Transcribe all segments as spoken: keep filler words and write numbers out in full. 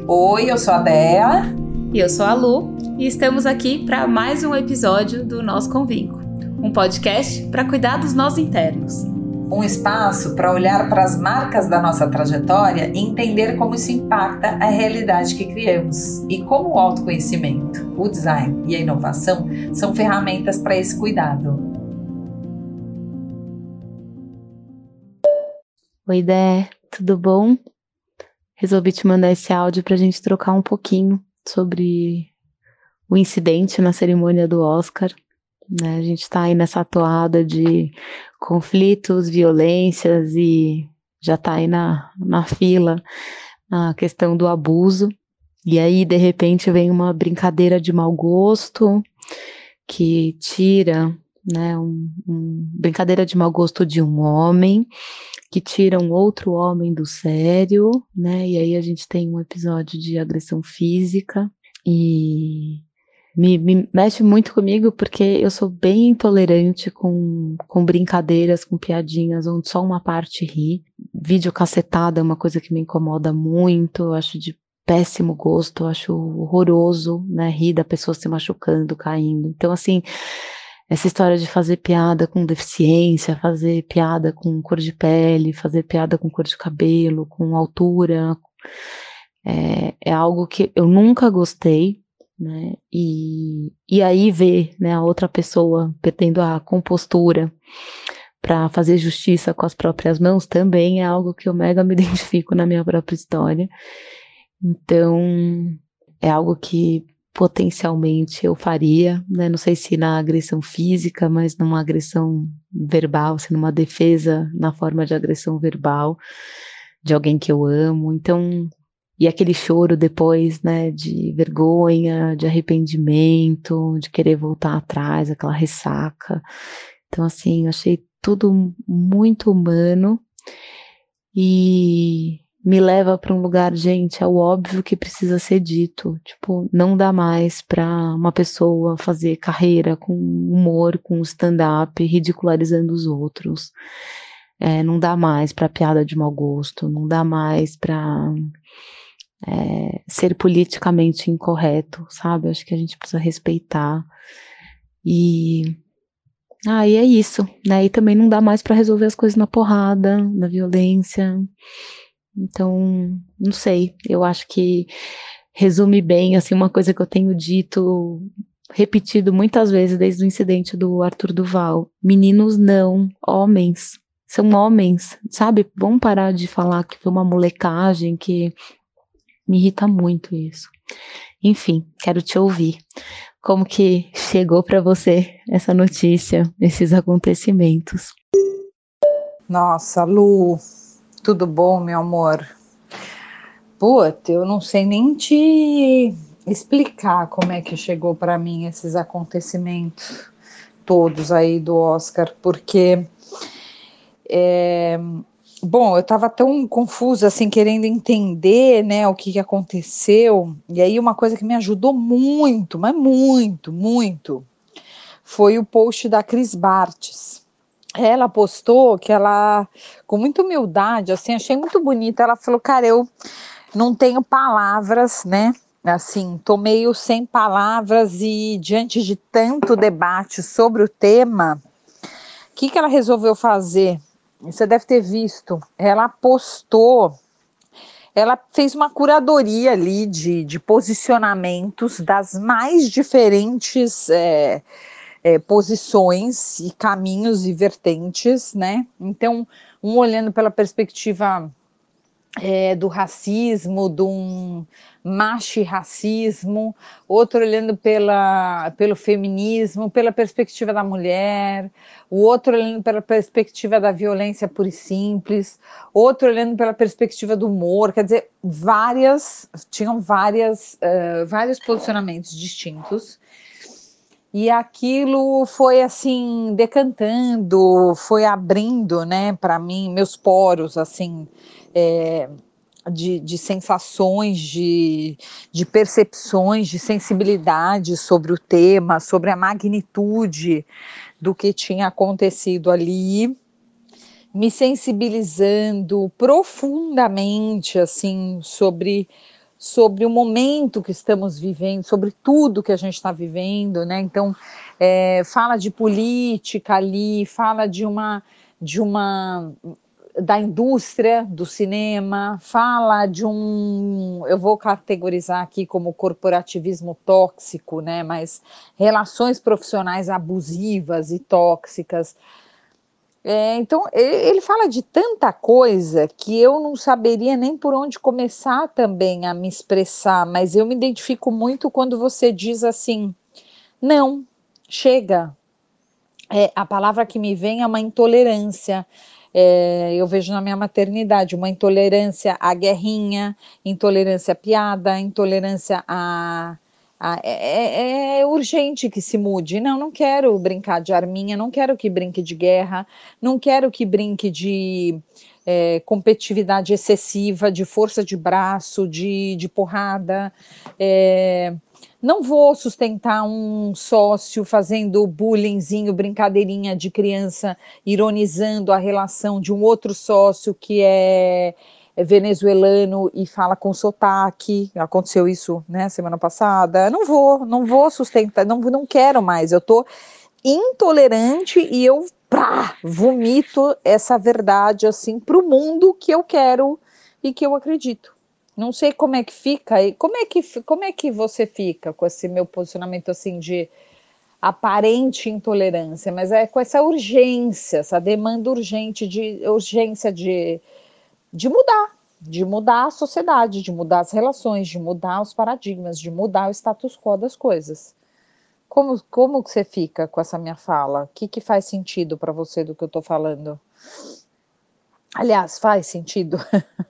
Oi, eu sou a Dea. E eu sou a Lu, e estamos aqui para mais um episódio do Nós Convinco, um podcast para cuidar dos nós internos. Um espaço para olhar para as marcas da nossa trajetória e entender como isso impacta a realidade que criamos e como o autoconhecimento, o design e a inovação são ferramentas para esse cuidado. Oi, Dé, tudo bom? Resolvi te mandar esse áudio para a gente trocar um pouquinho sobre o incidente na cerimônia do Oscar. Né? A gente está aí nessa toada de conflitos, violências e já está aí na, na fila a questão do abuso. E aí, de repente, vem uma brincadeira de mau gosto que tira, né, um, um, brincadeira de mau gosto de um homem, que tira um outro homem do sério, né? E aí a gente tem um episódio de agressão física e me, me mexe muito comigo porque eu sou bem intolerante com, com brincadeiras, com piadinhas onde só uma parte ri. Vídeo cacetada é uma coisa que me incomoda muito, eu acho de péssimo gosto, eu acho horroroso, né? Rir da pessoa se machucando, caindo. Então, assim, essa história de fazer piada com deficiência, fazer piada com cor de pele, fazer piada com cor de cabelo, com altura, é, é algo que eu nunca gostei, né? E, e aí ver, né, a outra pessoa perdendo a compostura para fazer justiça com as próprias mãos também é algo que eu mega me identifico na minha própria história. Então, é algo que potencialmente eu faria, né? Não sei se na agressão física, mas numa agressão verbal, se numa defesa na forma de agressão verbal de alguém que eu amo. Então, e aquele choro depois, né, de vergonha, de arrependimento, de querer voltar atrás, aquela ressaca. Então, assim, eu achei tudo muito humano e me leva para um lugar, gente, é o óbvio que precisa ser dito. Tipo, não dá mais para uma pessoa fazer carreira com humor, com stand-up, ridicularizando os outros. É, não dá mais para piada de mau gosto, não dá mais para é, ser politicamente incorreto, sabe? Acho que a gente precisa respeitar. E Ah, e é isso, né? E também não dá mais para resolver as coisas na porrada, na violência. Então, não sei, eu acho que resume bem, assim, uma coisa que eu tenho dito, repetido muitas vezes desde o incidente do Arthur Duval. Meninos não, homens, são homens, sabe? Vamos parar de falar que foi uma molecagem, que me irrita muito isso. Enfim, quero te ouvir. Como que chegou para você essa notícia, esses acontecimentos? Nossa, Lu, tudo bom, meu amor? Puta, eu não sei nem te explicar como é que chegou para mim esses acontecimentos todos aí do Oscar, porque é, bom, eu estava tão confusa, assim, querendo entender, né, o que, que aconteceu, e aí uma coisa que me ajudou muito, mas muito, muito, foi o post da Cris Bartz. Ela postou que ela, com muita humildade, assim, achei muito bonita, ela falou, cara, eu não tenho palavras, né, assim, tô meio sem palavras e diante de tanto debate sobre o tema, o que que ela resolveu fazer? Você deve ter visto, ela postou, ela fez uma curadoria ali de, de posicionamentos das mais diferentes é, é, posições e caminhos e vertentes, né? Então, um olhando pela perspectiva é, do racismo, de um machismo, outro olhando pela, pelo feminismo, pela perspectiva da mulher, o outro olhando pela perspectiva da violência pura e simples, outro olhando pela perspectiva do humor, quer dizer, várias, tinham várias, uh, vários posicionamentos distintos. E aquilo foi assim, decantando, foi abrindo, né, para mim, meus poros, assim, é, de, de sensações, de, de percepções, de sensibilidade sobre o tema, sobre a magnitude do que tinha acontecido ali, me sensibilizando profundamente, assim, sobre sobre o momento que estamos vivendo, sobre tudo que a gente está vivendo, né? Então, é, fala de política ali, fala de uma, de uma, da indústria do cinema, fala de um, eu vou categorizar aqui como corporativismo tóxico, né? Mas relações profissionais abusivas e tóxicas. É, então, ele fala de tanta coisa que eu não saberia nem por onde começar também a me expressar, mas eu me identifico muito quando você diz assim, não, chega. É, a palavra que me vem é uma intolerância. É, eu vejo na minha maternidade uma intolerância à guerrinha, intolerância à piada, intolerância a... Ah, é, é, é urgente que se mude. Não, não quero brincar de arminha, não quero que brinque de guerra, não quero que brinque de é, competitividade excessiva, de força de braço, de, de porrada. É, não vou sustentar um sócio fazendo bullyingzinho, brincadeirinha de criança, ironizando a relação de um outro sócio que é... é venezuelano e fala com sotaque, aconteceu isso, né, semana passada, não vou, não vou sustentar, não, não quero mais, eu tô intolerante e eu, pá, vomito essa verdade, assim, pro mundo que eu quero e que eu acredito. Não sei como é que fica, e como é que, como é que você fica com esse meu posicionamento, assim, de aparente intolerância, mas é com essa urgência, essa demanda urgente, de urgência de de mudar, de mudar a sociedade, de mudar as relações, de mudar os paradigmas, de mudar o status quo das coisas. Como, como que você fica com essa minha fala? O que, que faz sentido para você do que eu estou falando? Aliás, faz sentido?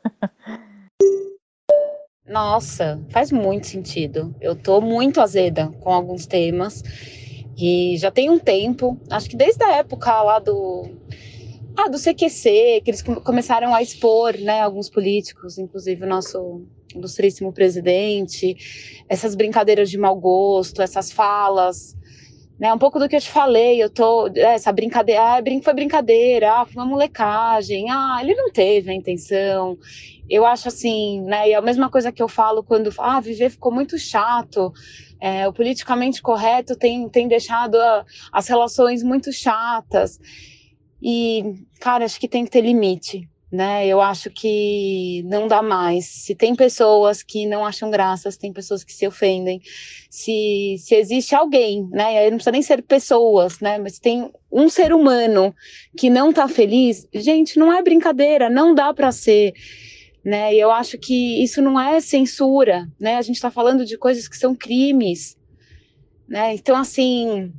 Nossa, faz muito sentido. Eu tô muito azeda com alguns temas e já tem um tempo, acho que desde a época lá do... Ah, do C Q C, que eles começaram a expor, né, alguns políticos, inclusive o nosso ilustríssimo presidente, essas brincadeiras de mau gosto, essas falas, né, um pouco do que eu te falei, eu tô, essa brincadeira, ah, foi brincadeira, ah, foi uma molecagem, ah, ele não teve a intenção, eu acho assim, né, e é a mesma coisa que eu falo quando, ah, viver ficou muito chato, é, o politicamente correto tem, tem deixado a, as relações muito chatas. E, cara, acho que tem que ter limite, né? Eu acho que não dá mais. Se tem pessoas que não acham graça, se tem pessoas que se ofendem, se, se existe alguém, né? E aí não precisa nem ser pessoas, né? Mas tem um ser humano que não tá feliz, gente, não é brincadeira, não dá pra ser, né? E eu acho que isso não é censura, né? A gente tá falando de coisas que são crimes, né? Então, assim...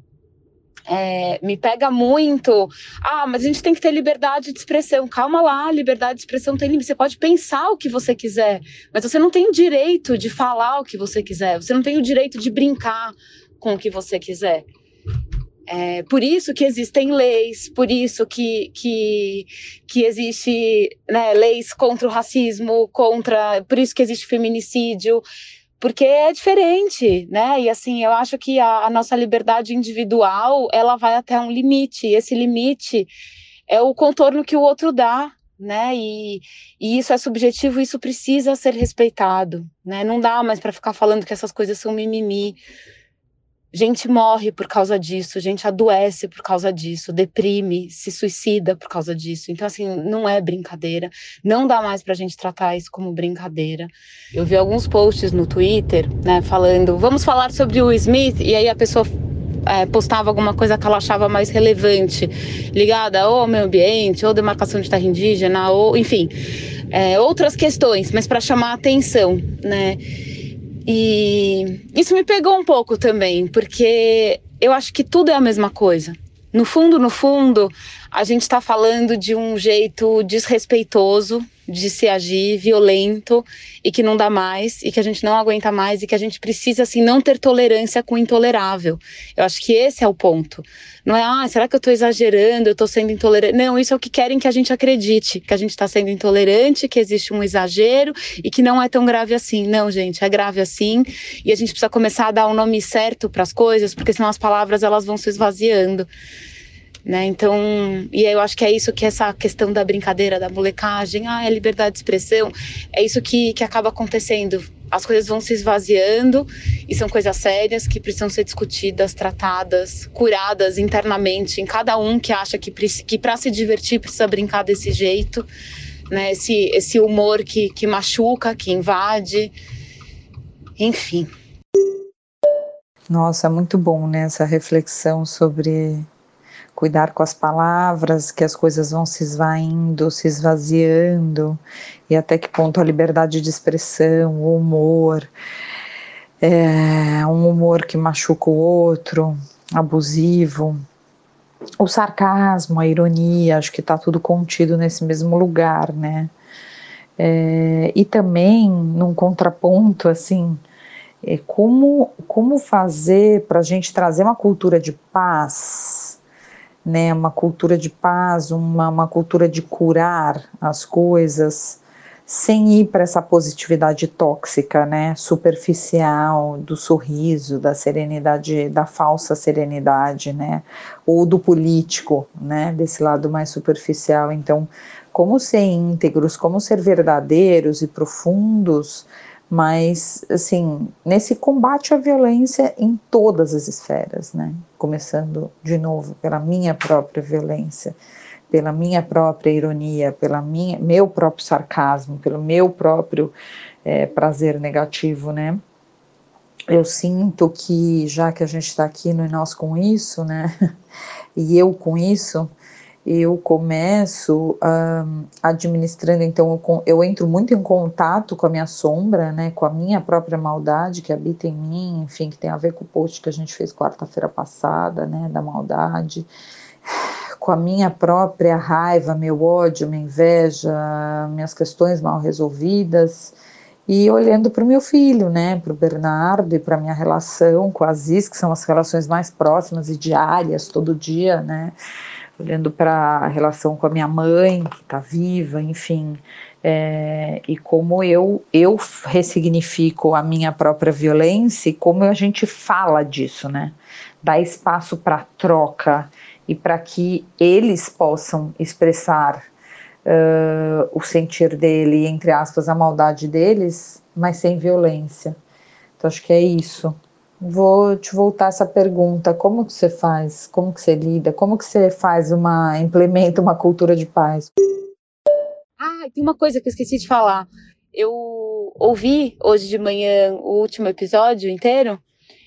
É, me pega muito, ah, mas a gente tem que ter liberdade de expressão, calma lá, liberdade de expressão tem limite, você pode pensar o que você quiser, mas você não tem o direito de falar o que você quiser, você não tem o direito de brincar com o que você quiser. É, por isso que existem leis, por isso que, que, que existe, né, leis contra o racismo, contra, por isso que existe feminicídio, porque é diferente, né? E assim, eu acho que a, a nossa liberdade individual, ela vai até um limite. E esse limite é o contorno que o outro dá, né? E, e isso é subjetivo, isso precisa ser respeitado, né? Não dá mais para ficar falando que essas coisas são mimimi. Gente morre por causa disso, gente adoece por causa disso, deprime, se suicida por causa disso. Então, assim, não é brincadeira. Não dá mais pra gente tratar isso como brincadeira. Eu vi alguns posts no Twitter, né, falando, vamos falar sobre o Smith, e aí a pessoa é, postava alguma coisa que ela achava mais relevante, ligada ou ao meio ambiente, ou demarcação de terra indígena, ou, enfim, é, outras questões, mas para chamar a atenção, né? E isso me pegou um pouco também, porque eu acho que tudo é a mesma coisa. No fundo, no fundo, a gente está falando de um jeito desrespeitoso de se agir, violento, e que não dá mais, e que a gente não aguenta mais, e que a gente precisa, assim, não ter tolerância com o intolerável. Eu acho que esse é o ponto. Não é, ah, será que eu estou exagerando, eu estou sendo intolerante? Não, isso é o que querem que a gente acredite, que a gente está sendo intolerante, que existe um exagero, e que não é tão grave assim. Não, gente, é grave assim, e a gente precisa começar a dar o nome certo para as coisas, porque senão as palavras, elas vão se esvaziando. Né? Então, e eu acho que é isso que essa questão da brincadeira, da molecagem, ah, é liberdade de expressão, é isso que, que acaba acontecendo, as coisas vão se esvaziando e são coisas sérias que precisam ser discutidas, tratadas, curadas internamente em cada um que acha que, que para se divertir precisa brincar desse jeito, né? Esse, esse humor que, que machuca, que invade, enfim. Nossa, muito bom, né, essa reflexão sobre cuidar com as palavras, que as coisas vão se esvaindo, se esvaziando, e até que ponto a liberdade de expressão, o humor, é um humor que machuca o outro, abusivo, o sarcasmo, a ironia, acho que está tudo contido nesse mesmo lugar, né? É, e também, num contraponto, assim, é como, como fazer para a gente trazer uma cultura de paz, né, uma cultura de paz, uma, uma cultura de curar as coisas, sem ir para essa positividade tóxica, né, superficial, do sorriso, da serenidade, da falsa serenidade, né, ou do político, né, desse lado mais superficial. Então, como ser íntegros, como ser verdadeiros e profundos, mas, assim, nesse combate à violência em todas as esferas, né? Começando, de novo, pela minha própria violência, pela minha própria ironia, pela minha, meu próprio sarcasmo, pelo meu próprio é, prazer negativo, né? Eu sinto que, já que a gente está aqui no E Nós com isso, né? E eu com isso, eu começo um, administrando, então eu, eu entro muito em contato com a minha sombra, né, com a minha própria maldade que habita em mim, enfim, que tem a ver com o post que a gente fez quarta-feira passada, né, da maldade, com a minha própria raiva, meu ódio, minha inveja, minhas questões mal resolvidas, e olhando para o meu filho, né, para o Bernardo e para a minha relação com a Aziz, que são as relações mais próximas e diárias, todo dia, né, olhando para a relação com a minha mãe, que está viva, enfim, é, e como eu, eu ressignifico a minha própria violência e como a gente fala disso, né? Dá espaço para troca e para que eles possam expressar uh, o sentir dele, entre aspas, a maldade deles, mas sem violência. Então, acho que é isso. Vou te voltar essa pergunta, como que você faz, como que você lida, como que você faz uma, implementa uma cultura de paz? Ah, tem uma coisa que eu esqueci de falar. Eu ouvi hoje de manhã o último episódio inteiro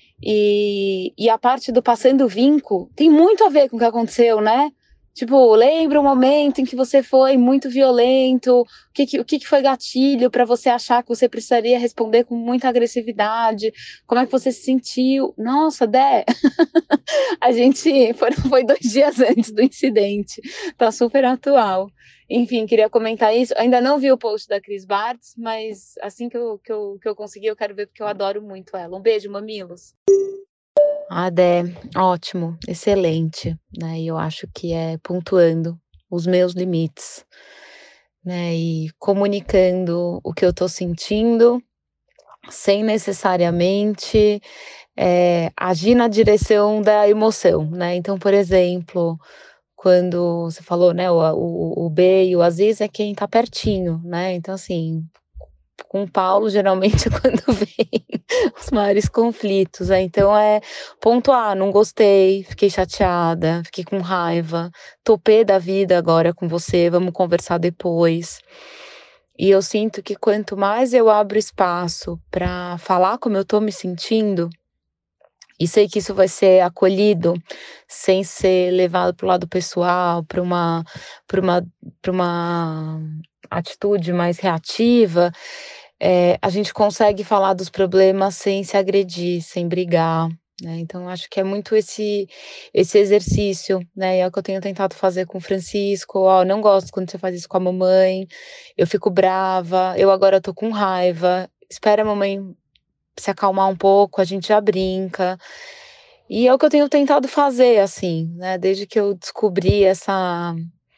e, e a parte do passando vinco tem muito a ver com o que aconteceu, né? Tipo, lembra o momento em que você foi muito violento, o que, que, o que foi gatilho para você achar que você precisaria responder com muita agressividade, como é que você se sentiu? Nossa, Dé, a gente foi, foi dois dias antes do incidente, tá super atual. Enfim, queria comentar isso. Ainda não vi o post da Cris Bartz, mas assim que eu, que, eu, que eu conseguir, eu quero ver, porque eu adoro muito ela. Um beijo, mamilos. Ah, Dé, ótimo, excelente, né? E eu acho que é pontuando os meus limites, né? E comunicando o que eu tô sentindo, sem necessariamente é, agir na direção da emoção, né? Então, por exemplo, quando você falou, né, o, o, o B e o Aziz é quem tá pertinho, né? Então, assim, com o Paulo, geralmente é quando vem os maiores conflitos, né? Então é ponto A, não gostei, fiquei chateada, fiquei com raiva, tô pé da vida agora com você, vamos conversar depois. E eu sinto que quanto mais eu abro espaço para falar como eu tô me sentindo, e sei que isso vai ser acolhido, sem ser levado para o lado pessoal, para uma, para uma, para uma atitude mais reativa, é, a gente consegue falar dos problemas sem se agredir, sem brigar, né? Então, acho que é muito esse, esse exercício, né? E é o que eu tenho tentado fazer com o Francisco. Ó, não gosto quando você faz isso com a mamãe, eu fico brava, eu agora tô com raiva, espera a mamãe se acalmar um pouco, a gente já brinca. E é o que eu tenho tentado fazer, assim, né? Desde que eu descobri essa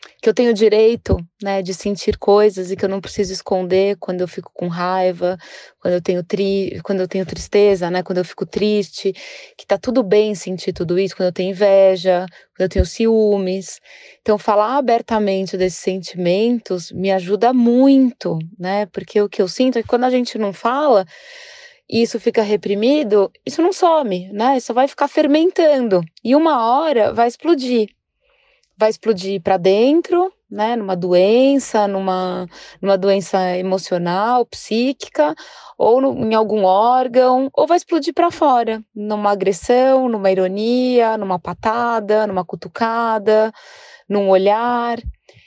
que eu tenho direito, né, de sentir coisas e que eu não preciso esconder quando eu fico com raiva, quando eu tenho, tri... quando eu tenho tristeza, né, quando eu fico triste, que tá tudo bem sentir tudo isso, quando eu tenho inveja, quando eu tenho ciúmes. Então, falar abertamente desses sentimentos me ajuda muito, né, porque o que eu sinto é que quando a gente não fala, e isso fica reprimido, isso não some, né, isso vai ficar fermentando, e uma hora vai explodir. Vai explodir para dentro, né, numa doença, numa, numa doença emocional, psíquica, ou no, em algum órgão, ou vai explodir para fora, numa agressão, numa ironia, numa patada, numa cutucada, num olhar.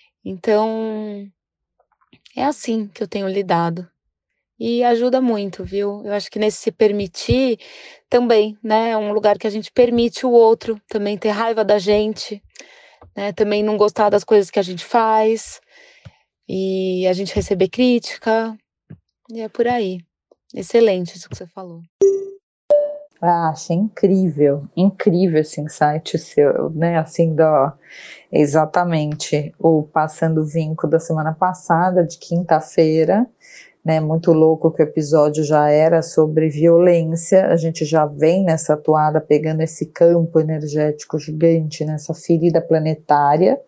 Então, é assim que eu tenho lidado. E ajuda muito, viu? Eu acho que nesse se permitir também, né, é um lugar que a gente permite o outro também ter raiva da gente, né, também não gostar das coisas que a gente faz, e a gente receber crítica, e é por aí. Excelente isso que você falou. Ah, achei incrível, incrível esse insight seu, né, assim, do, exatamente, o Passando Vinco da semana passada, de quinta-feira, né, muito louco que o episódio já era sobre violência, a gente já vem nessa toada pegando esse campo energético gigante, nessa ferida planetária,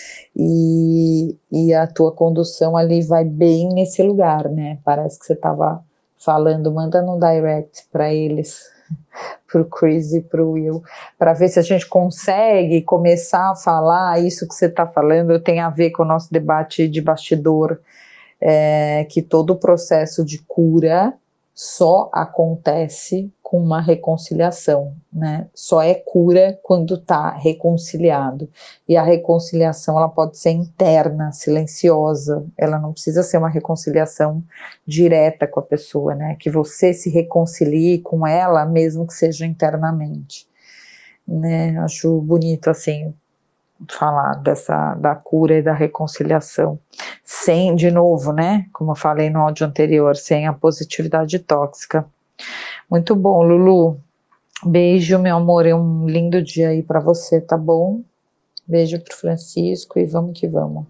e, e a tua condução ali vai bem nesse lugar, né, parece que você estava falando, mandando um direct para eles, para o Chris e para o Will, para ver se a gente consegue começar a falar isso que você está falando, tem a ver com o nosso debate de bastidor, É, que todo o processo de cura só acontece com uma reconciliação, né? Só é cura quando está reconciliado. E a reconciliação ela pode ser interna, silenciosa, ela não precisa ser uma reconciliação direta com a pessoa, né? Que você se reconcilie com ela, mesmo que seja internamente, né? Acho bonito assim falar dessa, da cura e da reconciliação, sem, de novo, né, como eu falei no áudio anterior, sem a positividade tóxica. Muito bom, Lulu, beijo, meu amor, é um lindo dia aí pra você, tá bom? Beijo pro Francisco e vamos que vamos.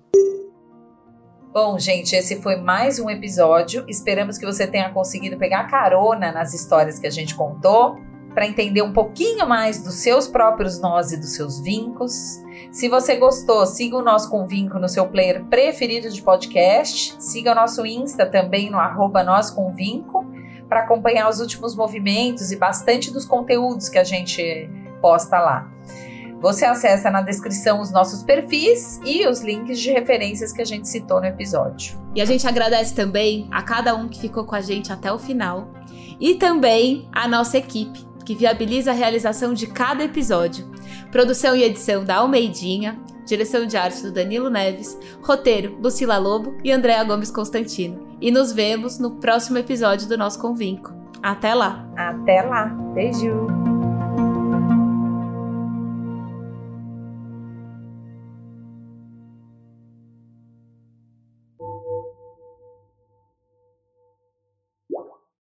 Bom, gente, esse foi mais um episódio, esperamos que você tenha conseguido pegar carona nas histórias que a gente contou, para entender um pouquinho mais dos seus próprios nós e dos seus vincos. Se você gostou, siga o Nós com Vinco no seu player preferido de podcast, siga o nosso Insta também no arroba Nós com Vinco, para acompanhar os últimos movimentos e bastante dos conteúdos que a gente posta lá. Você acessa na descrição os nossos perfis e os links de referências que a gente citou no episódio. E a gente agradece também a cada um que ficou com a gente até o final e também a nossa equipe, que viabiliza a realização de cada episódio. Produção e edição da Almeidinha, direção de arte do Danilo Neves, roteiro Lucila Lobo e Andréa Gomes Constantino. E nos vemos no próximo episódio do Nós com Vinco. Até lá! Até lá! Beijo!